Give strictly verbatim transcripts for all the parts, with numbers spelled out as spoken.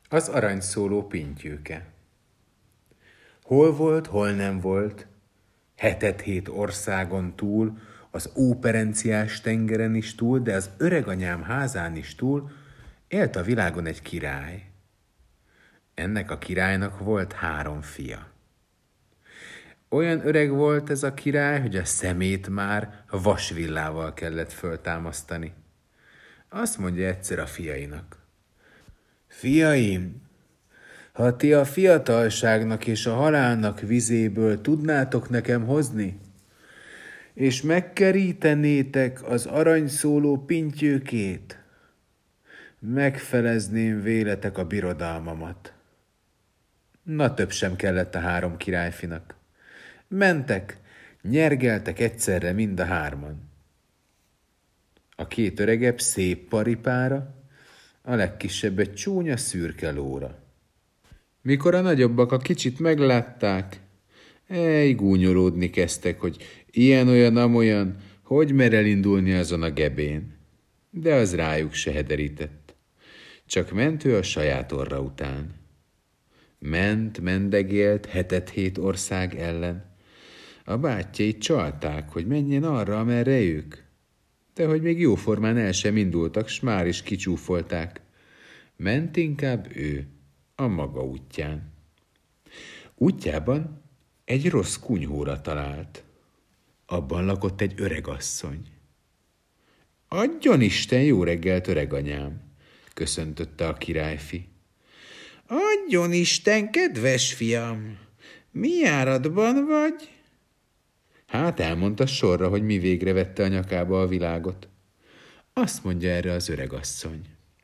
Az aranyszóló Pintyőke. Hol volt, hol nem volt, hetet-hét országon túl, az óperenciás tengeren is túl, de az öreganyám házán is túl, élt a világon egy király. Ennek a királynak volt három fia. Olyan öreg volt ez a király, hogy a szemét már vasvillával kellett föltámasztani. Azt mondja egyszer a fiainak: Fiaim, ha ti a fiatalságnak és a halálnak vizéből tudnátok nekem hozni, és megkerítenétek az aranyszóló Pintyőkét, megfelezném véletek a birodalmamat. Na, több sem kellett a három királyfinak. Mentek, nyergeltek egyszerre mind a hárman. A két öregebb szép paripára, a legkisebb egy csúnya szürke lóra. Mikor a nagyobbak a kicsit meglátták, ej, gúnyolódni kezdtek, hogy ilyen-olyan-amolyan, hogy mer elindulni azon a gebén. De az rájuk se hederített. Csak ment ő a saját orra után. Ment, mendegélt hetet-hét ország ellen. A bátyjai csalták, hogy menjen arra, amerre ők. De hogy még jóformán el sem indultak, s már is kicsúfolták. Ment inkább ő a maga útján. Útjában egy rossz kunyhóra talált. Abban lakott egy öregasszony. Adjon Isten jó reggelt, öreganyám, köszöntötte a királyfi. Adjon Isten, kedves fiam, mi járatban vagy? Hát elmondta sorra, hogy mi végre vette a nyakába a világot. Azt mondja erre az öregasszony: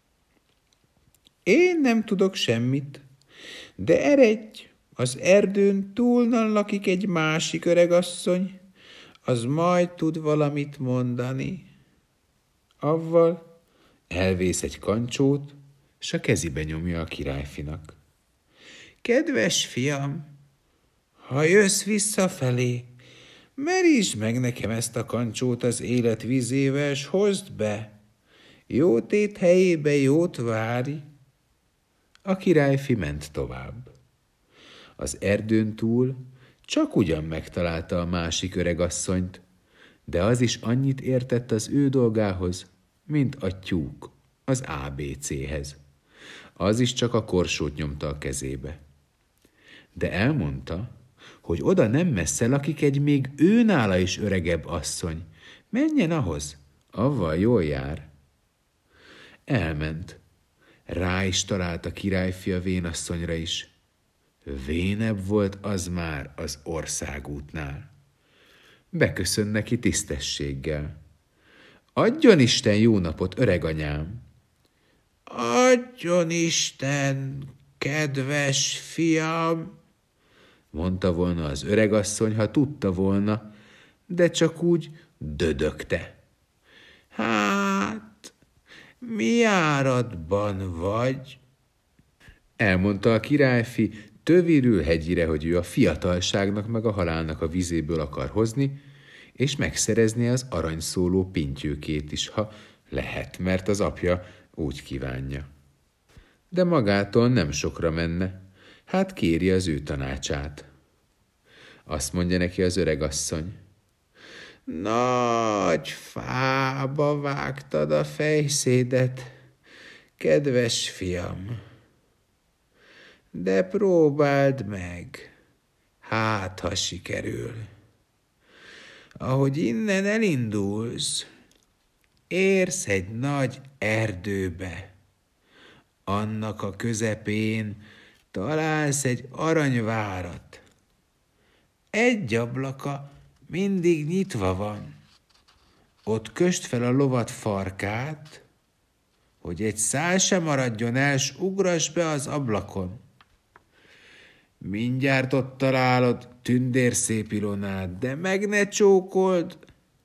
Én nem tudok semmit, de eredj, az erdőn túlnan lakik egy másik öregasszony, az majd tud valamit mondani. Avval elvész egy kancsót, s a kezibe nyomja a királyfinak. Kedves fiam, ha jössz visszafelé, merítsd meg nekem ezt a kancsót az élet vizével, s hozd be. Jó tét helyébe jót várj. A királyfi ment tovább. Az erdőn túl csak ugyan megtalálta a másik öregasszonyt, de az is annyit értett az ő dolgához, mint a tyúk az á bé céhez. Az is csak a korsót nyomta a kezébe. De elmondta, hogy oda nem messze lakik egy még őnála is öregebb asszony. Menjen ahhoz, avval jól jár. Elment. Rá is talált a királyfi a vénasszonyra is. Vénebb volt az már az országútnál. Beköszön neki tisztességgel. Adjon Isten jó napot, öreganyám! Adjon Isten, kedves fiam! Mondta volna az öregasszony, ha tudta volna, de csak úgy dödögte. Hát, mi járatban vagy? Elmondta a királyfi töviről hegyire, hogy ő a fiatalságnak meg a halálnak a vizéből akar hozni, és megszerezni az aranyszóló Pintyőkét is, ha lehet, mert az apja úgy kívánja. De magától nem sokra menne, hát kéri az ő tanácsát. Azt mondja neki az öregasszony: Nagy fába vágtad a fejszédet, kedves fiam, de próbáld meg, hát ha sikerül. Ahogy innen elindulsz, érsz egy nagy erdőbe. Annak a közepén találsz egy aranyvárat. Egy ablaka mindig nyitva van. Ott kösd fel a lovat farkát, hogy egy szál sem maradjon el, s ugrass be az ablakon. Mindjárt ott találod tündérszép Ilonát, de meg ne csókold,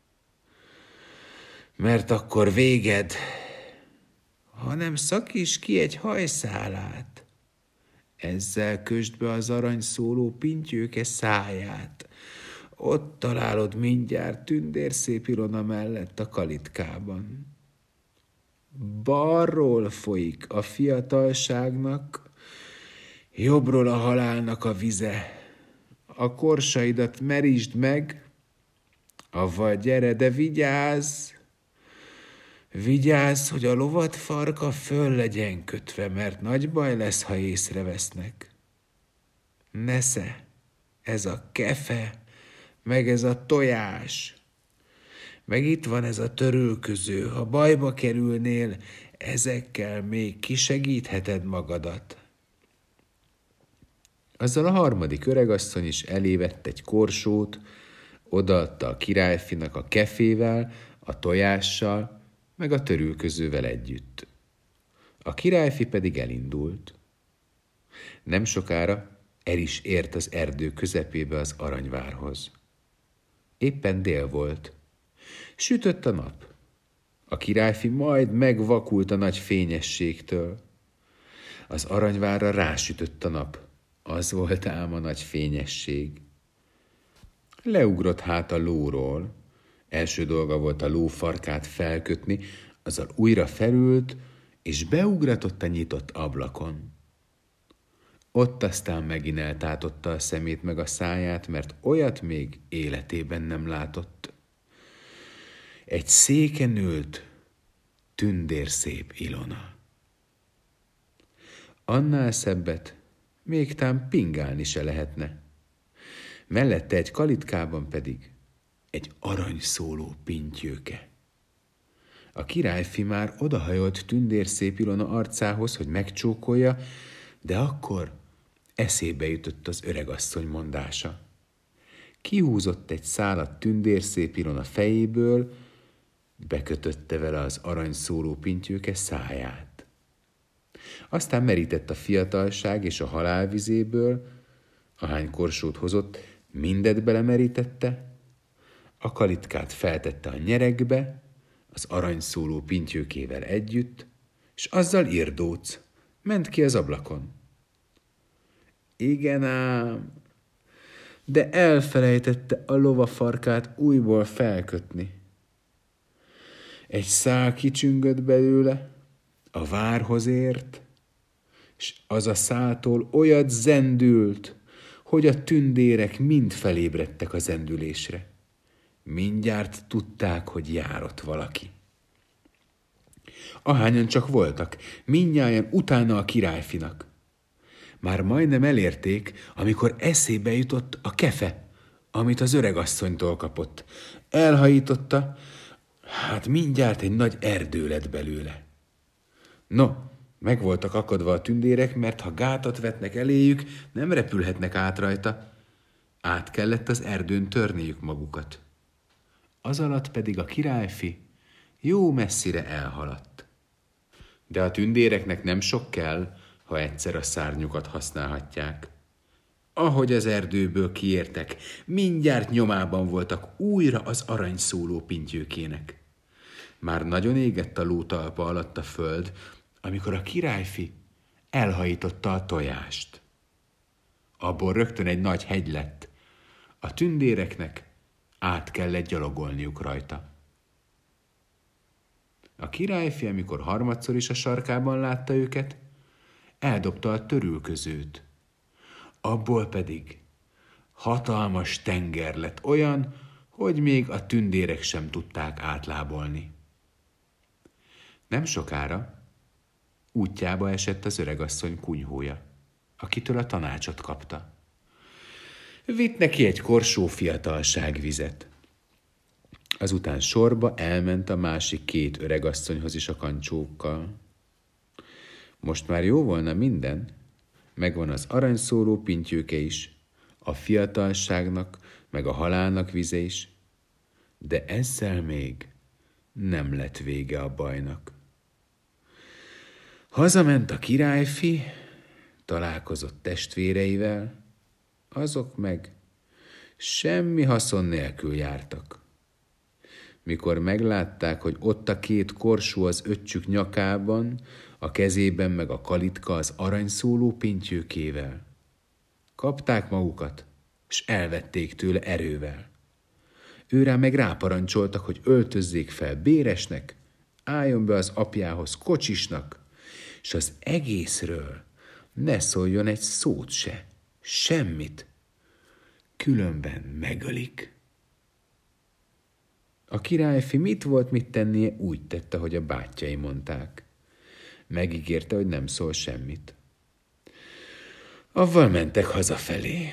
mert akkor véged, hanem szakíts ki egy hajszálát. Ezzel kösd be az aranyszóló Pintyőke száját. Ott találod mindjárt tündérszép Ilona mellett a kalitkában. Balról folyik a fiatalságnak Jobbról a halálnak a vize, a korsaidat merítsd meg, avval gyere, de vigyázz! Vigyázz, hogy a lovat farka föl legyen kötve, mert nagy baj lesz, ha észrevesznek. Nesze, ez a kefe, meg ez a tojás, meg itt van ez a törülköző, ha bajba kerülnél, ezekkel még kisegítheted magadat. Azzal a harmadik öregasszony is elévett egy korsót, odaadta a királyfinak a kefével, a tojással, meg a törülközővel együtt. A királyfi pedig elindult. Nem sokára el is ért az erdő közepébe az aranyvárhoz. Éppen dél volt. Sütött a nap. A királyfi majd megvakult a nagy fényességtől. Az aranyvárra rásütött a nap. Az volt ám a nagy fényesség. Leugrott hát a lóról. Első dolga volt a ló farkát felkötni, azzal újra felült, és beugratott a nyitott ablakon. Ott aztán megint eltátotta a szemét meg a száját, mert olyat még életében nem látott. Egy széken ült tündérszép Ilona. Annál szebbet még tán pingálni se lehetne. Mellette egy kalitkában pedig egy aranyszóló pintyőke. A királyfi már odahajolt tündérszép Ilona arcához, hogy megcsókolja, de akkor eszébe jutott az öregasszony mondása. Kihúzott egy szálat tündérszép Ilona fejéből, bekötötte vele az aranyszóló pintyőke száját. Aztán merített a fiatalság és a halál vizéből, ahány korsót hozott, mindet belemerítette, a kalitkát feltette a nyeregbe, az aranyszóló pintyőkével együtt, és azzal irdóc, ment ki az ablakon. Igen ám, de elfelejtette a lovafarkát újból felkötni. Egy szál kicsüngött belőle, a várhoz ért, és az a száltól olyat zendült, hogy a tündérek mind felébredtek a zendülésre. Mindjárt tudták, hogy járott valaki. Ahányan csak voltak, mindnyájan utána a királyfinak. Már majdnem elérték, amikor eszébe jutott a kefe, amit az öregasszonytól kapott. Elhajította, hát mindjárt egy nagy erdő lett belőle. No, meg voltak akadva a tündérek, mert ha gátat vetnek eléjük, nem repülhetnek át rajta. Át kellett az erdőn törniük magukat. Az alatt pedig a királyfi jó messzire elhaladt. De a tündéreknek nem sok kell, ha egyszer a szárnyukat használhatják. Ahogy az erdőből kiértek, mindjárt nyomában voltak újra az aranyszóló pintyőkének. Már nagyon égett a lótalpa alatt a föld, amikor a királyfi elhajította a tojást. Abból rögtön egy nagy hegy lett. A tündéreknek át kellett gyalogolniuk rajta. A királyfi, amikor harmadszor is a sarkában látta őket, eldobta a törülközőt. Abból pedig hatalmas tenger lett, olyan, hogy még a tündérek sem tudták átlábolni. Nem sokára útjába esett az öregasszony kunyhója, akitől a tanácsot kapta. Vitt neki egy korsó fiatalságvizet. Azután sorba elment a másik két öregasszonyhoz is a kancsókkal. Most már jó volna minden, megvan az aranyszóló pintyőke is, a fiatalságnak, meg a halálnak vize is, de ezzel még nem lett vége a bajnak. Hazament a királyfi, találkozott testvéreivel, azok meg semmi haszon nélkül jártak. Mikor meglátták, hogy ott a két korsó az öccsük nyakában, a kezében meg a kalitka az aranyszóló pintyőkével, kapták magukat, s elvették tőle erővel. Őrá meg ráparancsoltak, hogy öltözzék fel béresnek, álljon be az apjához kocsisnak, s az egészről ne szóljon egy szót se, semmit, különben megölik. A királyfi mit volt mit tennie, úgy tette, hogy a bátyjai mondták. Megígérte, hogy nem szól semmit. Avval mentek hazafelé.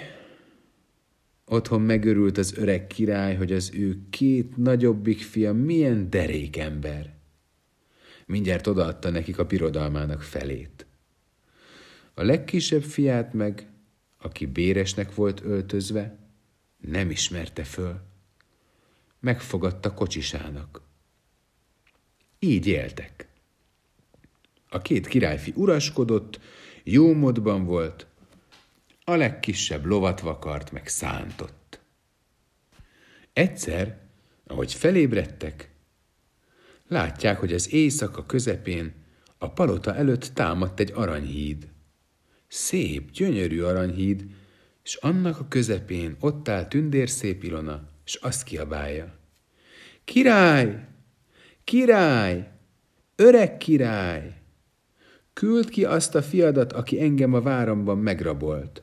Otthon megörült az öreg király, hogy az ő két nagyobbik fia milyen derék ember. Mindjárt odaadta nekik a birodalmának felét. A legkisebb fiát meg, aki béresnek volt öltözve, nem ismerte föl. Megfogadta kocsisának. Így éltek. A két királyfi uraskodott, jó módban volt, a legkisebb lovat vakart, meg szántott. Egyszer, ahogy felébredtek, látják, hogy az éjszaka közepén a palota előtt támadt egy aranyhíd. Szép, gyönyörű aranyhíd, és annak a közepén ott áll tündérszép Ilona, és azt kiabálja. Király! Király! Öreg király! Küld ki azt a fiadat, aki engem a váromban megrabolt.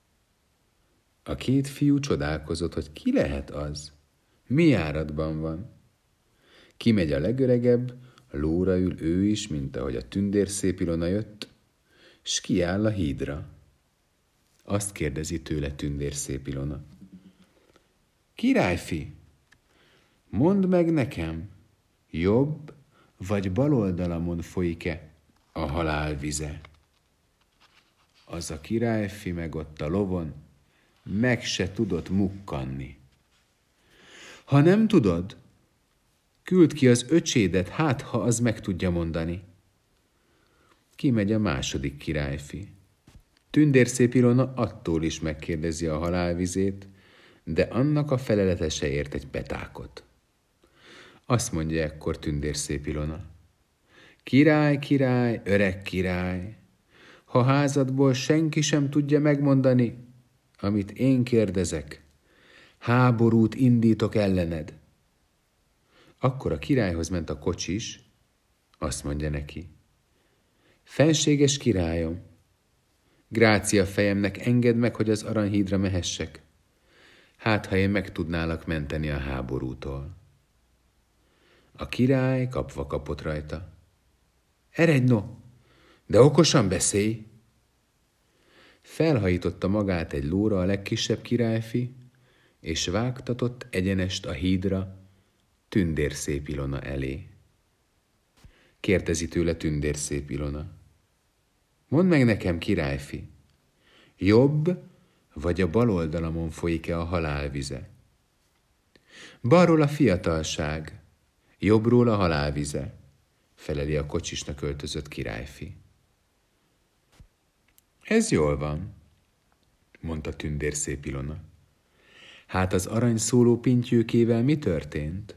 A két fiú csodálkozott, hogy ki lehet az, mi járatban van. Kimegy a legöregebb, a lóra ül ő is, mint ahogy a tündérszép Ilona jött, s kiáll a hídra. Azt kérdezi tőle tündérszép Ilona. Királyfi, mondd meg nekem, jobb vagy bal oldalamon folyik-e a halál vize? Az a királyfi meg ott a lovon meg se tudott mukkanni. Ha nem tudod, küld ki az öcsédet, hát ha az meg tudja mondani. Kimegy a második királyfi. Tündérszép Ilona attól is megkérdezi a halálvizét, de annak a felelete se ért egy petákot. Azt mondja ekkor tündérszép Ilona. Király, király, öreg király, ha házadból senki sem tudja megmondani, amit én kérdezek, háborút indítok ellened. Akkor a királyhoz ment a kocsis, azt mondja neki. Fenséges királyom, grácia fejemnek, engedd meg, hogy az aranyhídra mehessek. Hát, ha én meg tudnálak menteni a háborútól. A király kapva kapott rajta. Eredj no, de okosan beszélj. Felhajította magát egy lóra a legkisebb királyfi, és vágtatott egyenest a hídra tündérszép Ilona elé. Kérdezi tőle tündérszép Ilona. Mondd meg nekem, királyfi, jobb vagy a bal oldalamon folyik-e a halálvize? Balról a fiatalság, jobbról a halálvize, feleli a kocsisnak öltözött királyfi. Ez jól van, mondta tündérszép Ilona. Hát az aranyszóló pintyőkével mi történt?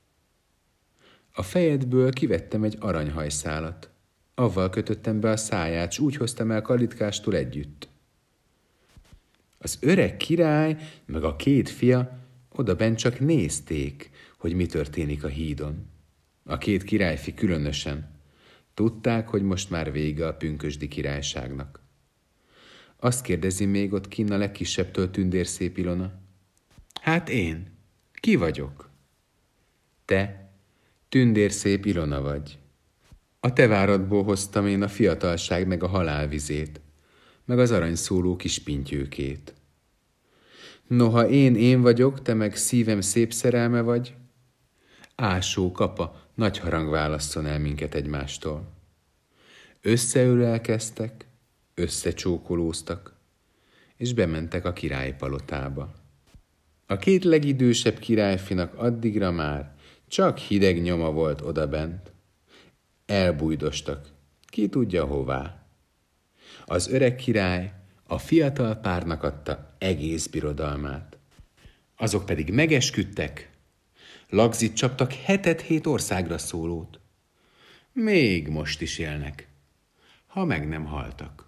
A fejedből kivettem egy aranyhajszálat, avval kötöttem be a száját, s úgy hoztam el Kalitkástól együtt. Az öreg király meg a két fia odabent csak nézték, hogy mi történik a hídon. A két királyfi különösen. Tudták, hogy most már vége a pünkösdi királyságnak. Azt kérdezi még ott kinn a legkisebbtől tündérszép Ilona. Hát én, ki vagyok? Te, tündérszép Ilona vagy. A te váradból hoztam én a fiatalság meg a halálvizét, meg az aranyszóló kis pintyőkét. Noha én én vagyok, te meg szívem szép szerelme vagy, ásó kapa, nagy harang válasszon el minket egymástól. Összeölelkeztek, összecsókolóztak, és bementek a királypalotába. A két legidősebb királyfinak addigra már csak hideg nyoma volt odabent. Elbújdostak, ki tudja hová. Az öreg király a fiatal párnak adta egész birodalmát. Azok pedig megesküdtek, lagzit csaptak hetet-hét országra szólót. Még most is élnek, ha meg nem haltak.